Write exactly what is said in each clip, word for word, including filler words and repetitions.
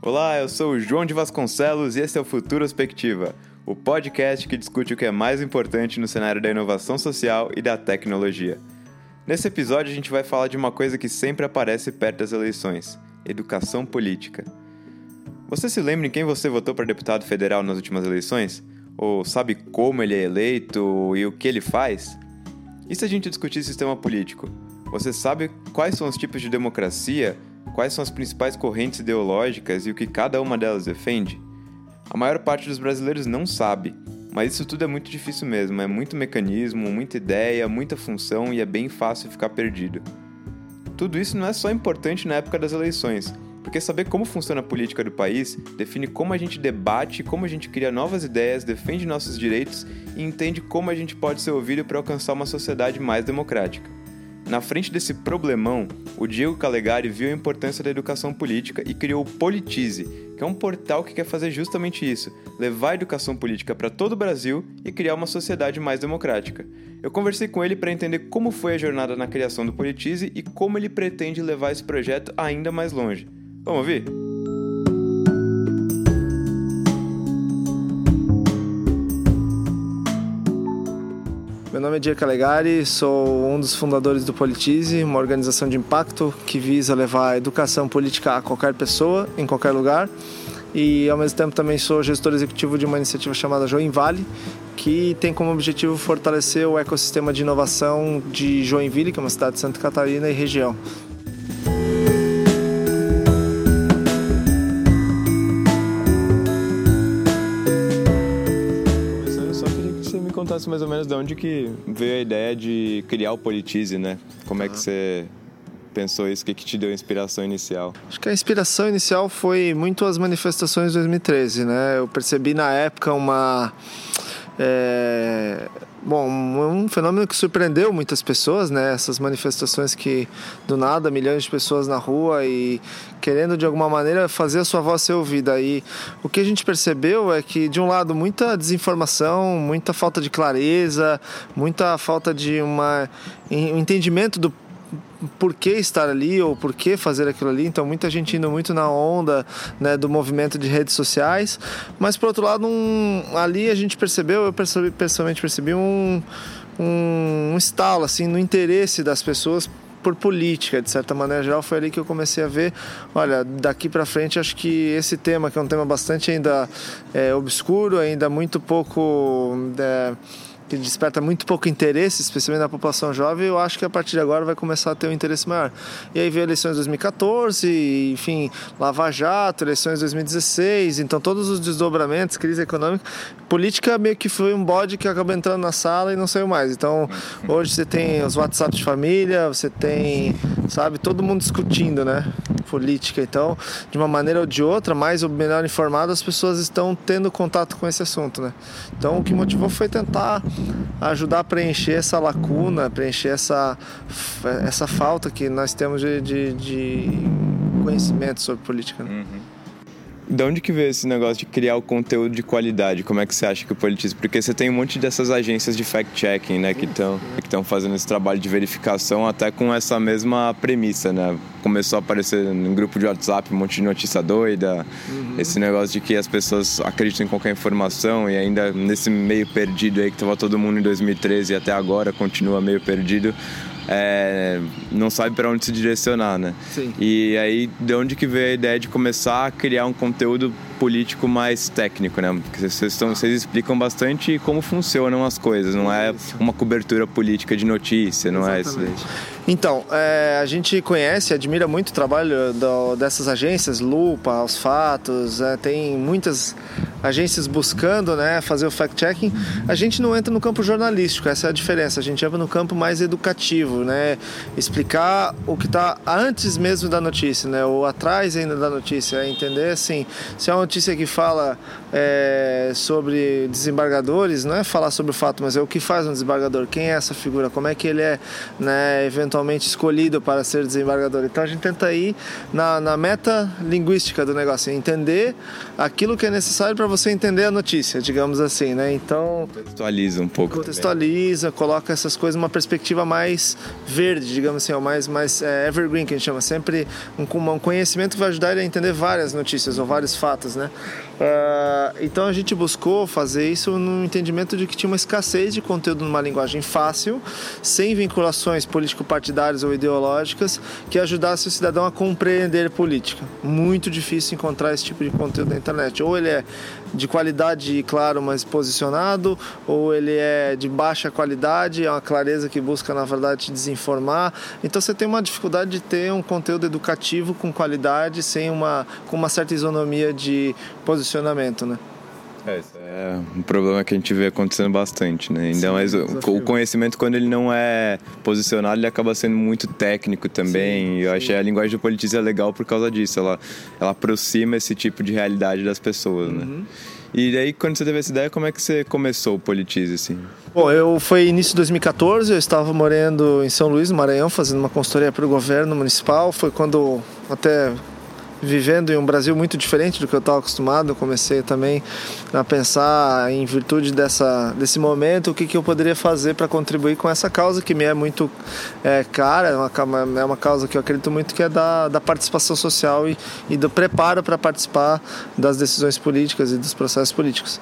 Olá, eu sou o João de Vasconcelos e esse é o Futurospectiva, o podcast que discute o que é mais importante no cenário da inovação social e da tecnologia. Nesse episódio a gente vai falar de uma coisa que sempre aparece perto das eleições: educação política. Você se lembra em quem você votou para deputado federal nas últimas eleições? Ou sabe como ele é eleito e o que ele faz? E se a gente discutir sistema político? Você sabe quais são os tipos de democracia, quais são as principais correntes ideológicas e o que cada uma delas defende? A maior parte dos brasileiros não sabe, mas isso tudo é muito difícil mesmo, é muito mecanismo, muita ideia, muita função e é bem fácil ficar perdido. Tudo isso não é só importante na época das eleições, porque saber como funciona a política do país define como a gente debate, como a gente cria novas ideias, defende nossos direitos e entende como a gente pode ser ouvido para alcançar uma sociedade mais democrática. Na frente desse problemão, o Diego Calegari viu a importância da educação política e criou o Politize, que é um portal que quer fazer justamente isso, levar a educação política para todo o Brasil e criar uma sociedade mais democrática. Eu conversei com ele para entender como foi a jornada na criação do Politize e como ele pretende levar esse projeto ainda mais longe. Vamos ouvir? Meu nome é Diego Calegari, sou um dos fundadores do Politize, uma organização de impacto que visa levar a educação política a qualquer pessoa, em qualquer lugar. E ao mesmo tempo também sou gestor executivo de uma iniciativa chamada Joinville, que tem como objetivo fortalecer o ecossistema de inovação de Joinville, que é uma cidade de Santa Catarina e região. Contasse mais ou menos de onde que veio a ideia de criar o Politize, né? Como é que você pensou isso? O que, que te deu a inspiração inicial? Acho que a inspiração inicial foi muito as manifestações de dois mil e treze, né? Eu percebi na época uma... É... Bom, um fenômeno que surpreendeu muitas pessoas, né? Essas manifestações que, do nada, milhões de pessoas na rua e querendo, de alguma maneira, fazer a sua voz ser ouvida. E o que a gente percebeu é que, de um lado, muita desinformação, muita falta de clareza, muita falta de uma, um entendimento do por que estar ali ou por que fazer aquilo ali. Então muita gente indo muito na onda, né, do movimento de redes sociais, mas por outro lado um, ali a gente percebeu, eu percebi, pessoalmente percebi um, um, um estalo assim, no interesse das pessoas por política, de certa maneira geral. Foi ali que eu comecei a ver, olha, daqui para frente acho que esse tema, que é um tema bastante ainda é, obscuro, ainda muito pouco... É, que desperta muito pouco interesse, especialmente na população jovem, eu acho que a partir de agora vai começar a ter um interesse maior. E aí veio eleições de dois mil e catorze, enfim, Lava Jato, eleições de dois mil e dezesseis, então todos os desdobramentos, crise econômica, política meio que foi um bode que acabou entrando na sala e não saiu mais. Então hoje você tem os WhatsApp de família, você tem, sabe, todo mundo discutindo, né, política. Então, de uma maneira ou de outra, mais ou melhor informado, as pessoas estão tendo contato com esse assunto, né. Então o que motivou foi tentar ajudar a preencher essa lacuna, preencher essa, essa falta que nós temos de, de, de conhecimento sobre política, né? Uhum. De onde que veio esse negócio de criar o conteúdo de qualidade? Como é que você acha que o Politize... Porque você tem um monte dessas agências de fact-checking, né, que estão que estão fazendo esse trabalho de verificação até com essa mesma premissa, né? Começou a aparecer no grupo de WhatsApp um monte de notícia doida, uhum. Esse negócio de que as pessoas acreditam em qualquer informação e ainda nesse meio perdido aí que estava todo mundo em dois mil e treze e até agora continua meio perdido. É, não sabe para onde se direcionar, né? Sim. E aí, de onde que veio a ideia de começar a criar um conteúdo político mais técnico, né? Porque vocês, estão, vocês explicam bastante como funcionam as coisas, não é uma cobertura política de notícia, não Exatamente. é isso? Então, é, a gente conhece, admira muito o trabalho do, dessas agências, Lupa, Aos Fatos, é, tem muitas agências buscando, né, fazer o fact-checking. A gente não entra no campo jornalístico, essa é a diferença, a gente entra no campo mais educativo, né, explicar o que está antes mesmo da notícia, né, ou atrás ainda da notícia, é entender assim, se é um notícia que fala é, sobre desembargadores, não é falar sobre o fato, mas é o que faz um desembargador, quem é essa figura, como é que ele é, né, eventualmente escolhido para ser desembargador. Então a gente tenta ir na, na meta linguística do negócio, entender aquilo que é necessário para você entender a notícia, digamos assim, né? Então contextualiza um pouco. Contextualiza, também. Coloca essas coisas numa perspectiva mais verde, digamos assim, ou mais, mais é, evergreen, que a gente chama, sempre um, um conhecimento que vai ajudar ele a entender várias notícias ou vários fatos, né? Uh, então a gente buscou fazer isso no entendimento de que tinha uma escassez de conteúdo numa linguagem fácil, sem vinculações político-partidárias ou ideológicas, que ajudasse o cidadão a compreender política. Muito difícil encontrar esse tipo de conteúdo na internet. Ou ele é de qualidade, claro, mas posicionado, ou ele é de baixa qualidade, é uma clareza que busca, na verdade, te desinformar. Então você tem uma dificuldade de ter um conteúdo educativo com qualidade, sem uma, com uma certa isonomia de posicionamento, né? É, isso é um problema que a gente vê acontecendo bastante, né? Ainda mais o, o conhecimento, quando ele não é posicionado, ele acaba sendo muito técnico também. Sim, e eu sim. achei a linguagem do Politize legal por causa disso. Ela, ela aproxima esse tipo de realidade das pessoas, uhum. né? E daí, quando você teve essa ideia, como é que você começou o Politize, assim? Bom, eu foi início de dois mil e catorze, eu estava morando em São Luís, no Maranhão, fazendo uma consultoria para o governo municipal. Foi quando até... vivendo em um Brasil muito diferente do que eu estava acostumado, eu comecei também a pensar, em virtude dessa, desse momento, o que, que eu poderia fazer para contribuir com essa causa que me é muito é, cara, é uma, é uma causa que eu acredito muito, que é da, da participação social e, e do preparo para participar das decisões políticas e dos processos políticos.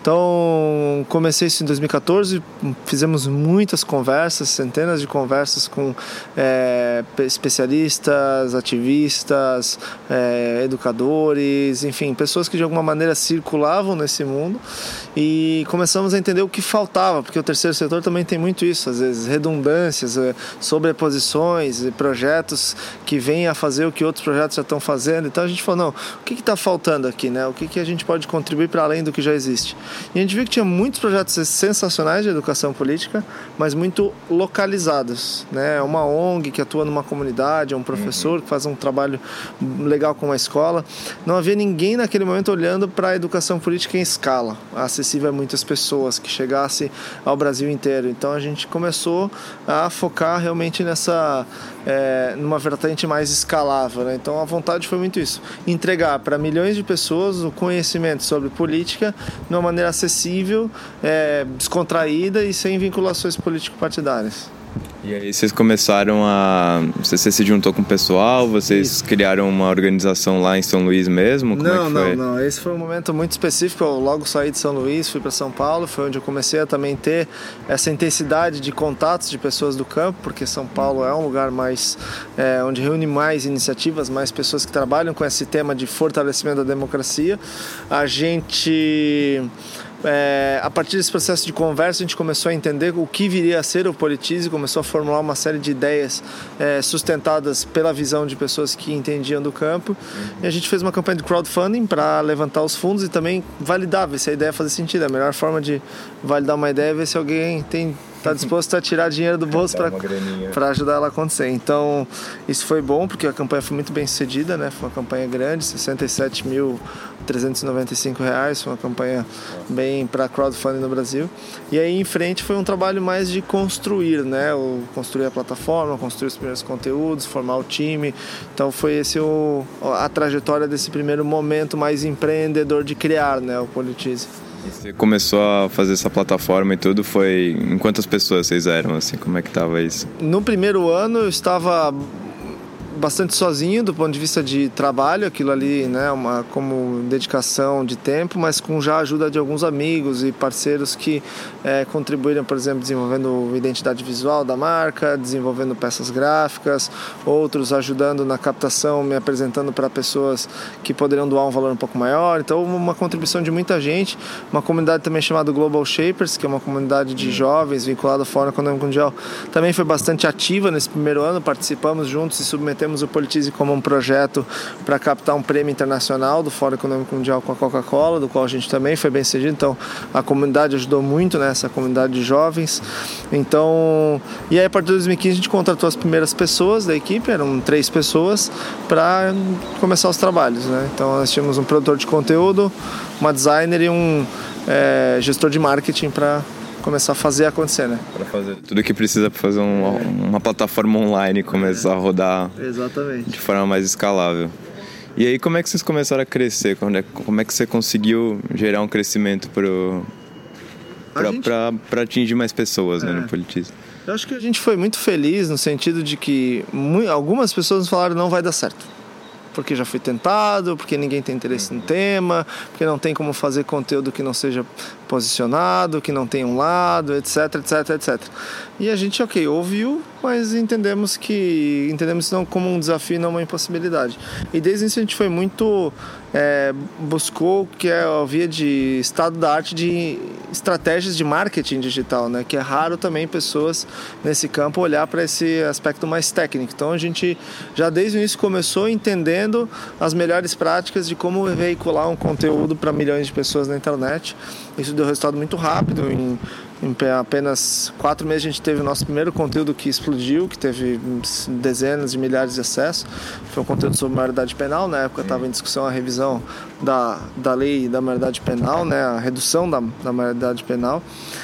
Então, comecei isso em dois mil e catorze, fizemos muitas conversas, centenas de conversas com é, especialistas, ativistas, é, educadores, enfim, pessoas que de alguma maneira circulavam nesse mundo, e começamos a entender o que faltava, porque o terceiro setor também tem muito isso, às vezes redundâncias, sobreposições e projetos que vêm a fazer o que outros projetos já estão fazendo. Então a gente falou, não, o que está faltando aqui, né? O que, que a gente pode contribuir para além do que já existe? E a gente viu que tinha muitos projetos sensacionais de educação política, mas muito localizados, né? Uma O N G que atua numa comunidade, um professor que faz um trabalho legal com uma escola. Não havia ninguém naquele momento olhando para a educação política em escala, acessível a muitas pessoas, que chegasse ao Brasil inteiro. Então a gente começou a focar realmente nessa, é, numa vertente mais escalável, né? Então a vontade foi muito isso, entregar para milhões de pessoas o conhecimento sobre política de uma maneira acessível, é, descontraída e sem vinculações político-partidárias. E aí vocês começaram a... Você, você se juntou com o pessoal, vocês Isso. criaram uma organização lá em São Luís mesmo? Como não, é que foi? não, não. Esse foi um momento muito específico. Eu logo saí de São Luís, fui para São Paulo. Foi onde eu comecei a também ter essa intensidade de contatos de pessoas do campo, porque São Paulo é um lugar mais... É, onde reúne mais iniciativas, mais pessoas que trabalham com esse tema de fortalecimento da democracia. A gente... É, a partir desse processo de conversa, a gente começou a entender o que viria a ser o Politize, começou a formular uma série de ideias é, sustentadas pela visão de pessoas que entendiam do campo. Uhum. E a gente fez uma campanha de crowdfunding para levantar os fundos e também validar, ver se a ideia fazia sentido. A melhor forma de validar uma ideia é ver se alguém tem... está disposto a tirar dinheiro do bolso para ajudar ela a acontecer. Então, isso foi bom, porque a campanha foi muito bem sucedida, né? Foi uma campanha grande, sessenta e sete mil trezentos e noventa e cinco reais, foi uma campanha bem para crowdfunding no Brasil. E aí, em frente, foi um trabalho mais de construir, né? O, construir a plataforma, construir os primeiros conteúdos, formar o time. Então, foi esse o, a trajetória desse primeiro momento mais empreendedor de criar, né? O Politize. E você começou a fazer essa plataforma e tudo, foi... Em quantas pessoas vocês eram, assim? Como é que tava isso? No primeiro ano eu estava bastante sozinho do ponto de vista de trabalho, aquilo ali, né, uma, como dedicação de tempo, mas com já a ajuda de alguns amigos e parceiros que é, contribuíram, por exemplo, desenvolvendo identidade visual da marca, desenvolvendo peças gráficas, outros ajudando na captação, me apresentando para pessoas que poderiam doar um valor um pouco maior. Então, uma contribuição de muita gente, uma comunidade também chamada Global Shapers, que é uma comunidade de jovens vinculada ao Fórum Econômico Mundial, também foi bastante ativa nesse primeiro ano, participamos juntos e submetemos temos o Politize como um projeto para captar um prêmio internacional do Fórum Econômico Mundial com a Coca-Cola, do qual a gente também foi bem sucedido. Então a comunidade ajudou muito nessa comunidade de jovens. Então, e aí a partir de dois mil e quinze a gente contratou as primeiras pessoas da equipe, eram três pessoas, para começar os trabalhos, né? Então nós tínhamos um produtor de conteúdo, uma designer e um é, gestor de marketing para começar a fazer acontecer, né? Para fazer tudo que precisa para fazer um, é. uma plataforma online começar é. a rodar Exatamente. de forma mais escalável. E aí, como é que vocês começaram a crescer? Como é que você conseguiu gerar um crescimento para gente... atingir mais pessoas, é. né, no Politize? Eu acho que a gente foi muito feliz no sentido de que algumas pessoas nos falaram não vai dar certo. Porque já foi tentado, porque ninguém tem interesse no tema, porque não tem como fazer conteúdo que não seja posicionado, que não tenha um lado, etc, etc, etcétera. E a gente, ok, ouviu, mas entendemos que entendemos isso não como um desafio e não uma impossibilidade. E desde isso a gente foi muito é, buscou o que é a via de estado da arte de estratégias de marketing digital, né? Que é raro também pessoas nesse campo olhar para esse aspecto mais técnico. Então a gente já desde o início começou entendendo as melhores práticas de como veicular um conteúdo para milhões de pessoas na internet. Isso deu resultado muito rápido. Em, em apenas quatro meses a gente teve o nosso primeiro conteúdo que explodiu, que teve dezenas de milhares de acessos. Foi um conteúdo sobre maioridade penal. Na época estava em discussão a revisão da, da lei da maioridade penal, né? A redução da, da maioridade penal.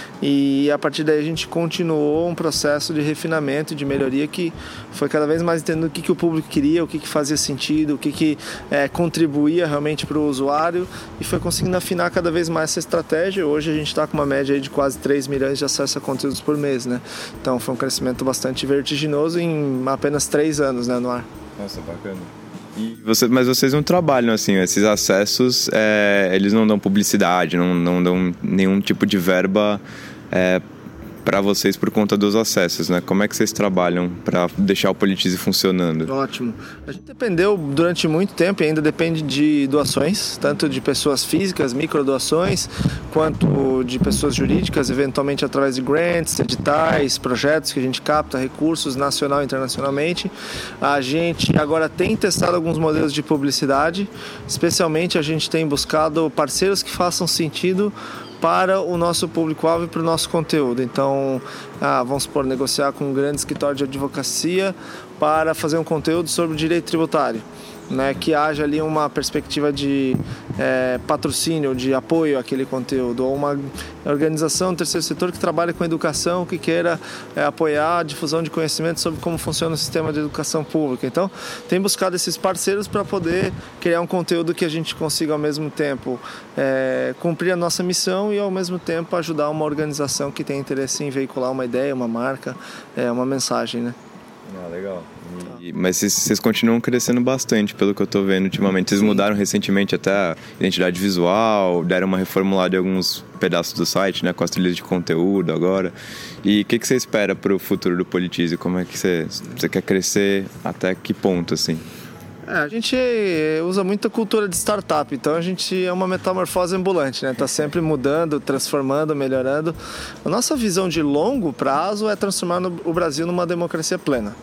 E a partir daí a gente continuou um processo de refinamento e de melhoria que foi cada vez mais entendendo o que, que o público queria, o que, que fazia sentido, o que, que é, contribuía realmente para o usuário, e foi conseguindo afinar cada vez mais essa estratégia. Hoje a gente está com uma média aí de quase três milhões de acessos a conteúdos por mês, né? Então foi um crescimento bastante vertiginoso em apenas três anos, né, no ar. Nossa, bacana. E você, mas vocês não trabalham assim, esses acessos, é, eles não dão publicidade, não, não dão nenhum tipo de verba é, para vocês por conta dos acessos, né? Como é que vocês trabalham para deixar o Politize funcionando? Ótimo. A gente dependeu durante muito tempo e ainda depende de doações, tanto de pessoas físicas, microdoações, quanto de pessoas jurídicas, eventualmente através de grants, editais, projetos que a gente capta, recursos nacional e internacionalmente. A gente agora tem testado alguns modelos de publicidade, especialmente a gente tem buscado parceiros que façam sentido para o nosso público-alvo e para o nosso conteúdo. Então, ah, vamos supor, negociar com um grande escritório de advocacia para fazer um conteúdo sobre o direito tributário, né, que haja ali uma perspectiva de é, patrocínio, de apoio àquele conteúdo, ou uma organização do terceiro setor que trabalha com educação, que queira é, apoiar a difusão de conhecimento sobre como funciona o sistema de educação pública. Então, tem buscado esses parceiros para poder criar um conteúdo que a gente consiga, ao mesmo tempo, é, cumprir a nossa missão e, ao mesmo tempo, ajudar uma organização que tem interesse em veicular uma ideia, uma marca, é, uma mensagem, né? Ah, legal. E, mas vocês, vocês continuam crescendo bastante, pelo que eu tô vendo ultimamente. Vocês mudaram recentemente até a identidade visual, deram uma reformulada em alguns pedaços do site, né, com as trilhas de conteúdo agora. E o que, que você espera para o futuro do Politize? Como é que você, você quer crescer? Até que ponto, assim? É, a gente usa muita cultura de startup, então a gente é uma metamorfose ambulante, né? Tá sempre mudando, transformando, melhorando. A nossa visão de longo prazo é transformar no, o Brasil numa democracia plena.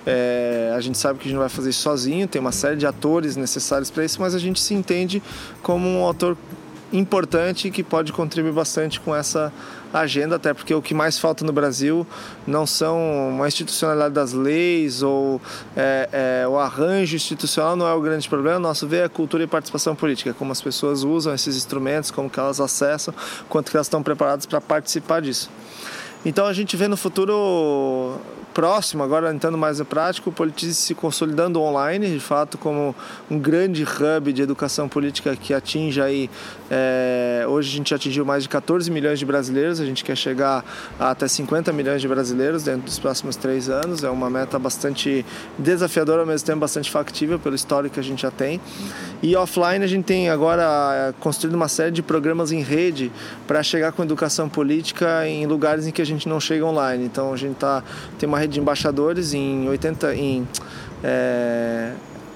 É, a gente sabe que a gente não vai fazer isso sozinho, tem uma série de atores necessários para isso, mas a gente se entende como um ator importante que pode contribuir bastante com essa agenda, até porque o que mais falta no Brasil não são uma institucionalidade das leis ou é, é, o arranjo institucional não é o grande problema. Nosso ver é a cultura e participação política, como as pessoas usam esses instrumentos, como que elas acessam, quanto que elas estão preparadas para participar disso. Então a gente vê no futuro próximo, agora entrando mais no prático, o Politize se consolidando online, de fato, como um grande hub de educação política que atinge aí, é, hoje a gente atingiu mais de quatorze milhões de brasileiros, a gente quer chegar a até cinquenta milhões de brasileiros dentro dos próximos três anos, é uma meta bastante desafiadora, ao mesmo tempo bastante factível pelo histórico que a gente já tem. E offline a gente tem agora construído uma série de programas em rede para chegar com educação política em lugares em que a gente não chega online. Então a gente tá, tem uma rede de embaixadores em oitenta, em, é,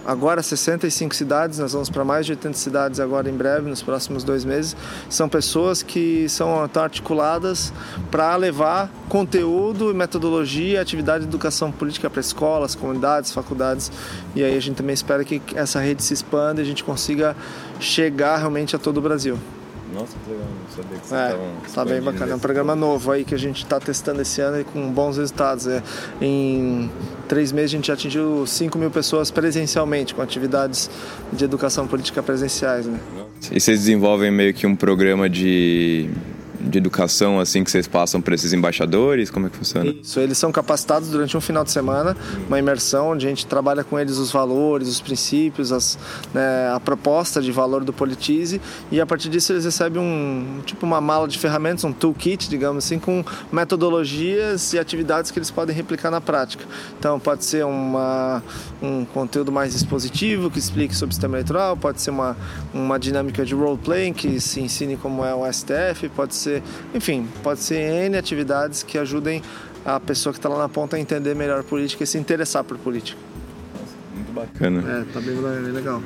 agora sessenta e cinco cidades, nós vamos para mais de oitenta cidades agora em breve, nos próximos dois meses. São pessoas que são tão articuladas para levar conteúdo, metodologia, atividade de educação política para escolas, comunidades, faculdades. E aí a gente também espera que essa rede se expanda e a gente consiga chegar realmente a todo o Brasil. Nossa, que legal, não sabia que vocês é, estavam tá bem bacana, é um programa novo aí que a gente está testando esse ano e com bons resultados. É, em três meses a gente já atingiu cinco mil pessoas presencialmente, com atividades de educação política presenciais, né? E vocês desenvolvem meio que um programa de, de educação assim que vocês passam para esses embaixadores? Como é que funciona? Isso, eles são capacitados durante um final de semana, uma imersão onde a gente trabalha com eles os valores, os princípios, as, né, a proposta de valor do Politize, e a partir disso eles recebem um tipo uma mala de ferramentas, um toolkit, digamos assim, com metodologias e atividades que eles podem replicar na prática. Então pode ser uma, um conteúdo mais expositivo que explique sobre o sistema eleitoral, pode ser uma, uma dinâmica de role-playing que se ensine como é o S T F, pode ser, enfim, pode ser N atividades que ajudem a pessoa que está lá na ponta a entender melhor a política e se interessar por política. Nossa, muito bacana. É, tá bem, bem legal.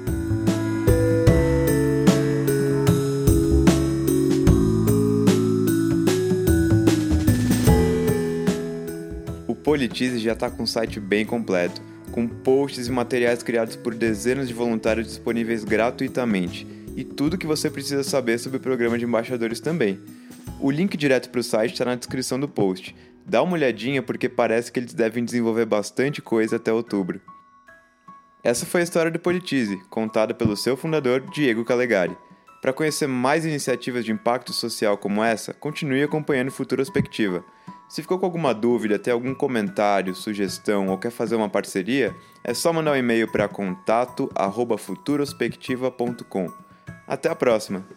O Politize já está com um site bem completo, com posts e materiais criados por dezenas de voluntários disponíveis gratuitamente, e tudo que você precisa saber sobre o programa de embaixadores também. O link direto para o site está na descrição do post. Dá uma olhadinha porque parece que eles devem desenvolver bastante coisa até outubro. Essa foi a história do Politize, contada pelo seu fundador, Diego Calegari. Para conhecer mais iniciativas de impacto social como essa, continue acompanhando Futurospectiva. Se ficou com alguma dúvida, tem algum comentário, sugestão ou quer fazer uma parceria, é só mandar um e-mail para contato arroba futurospectiva ponto com. Até a próxima!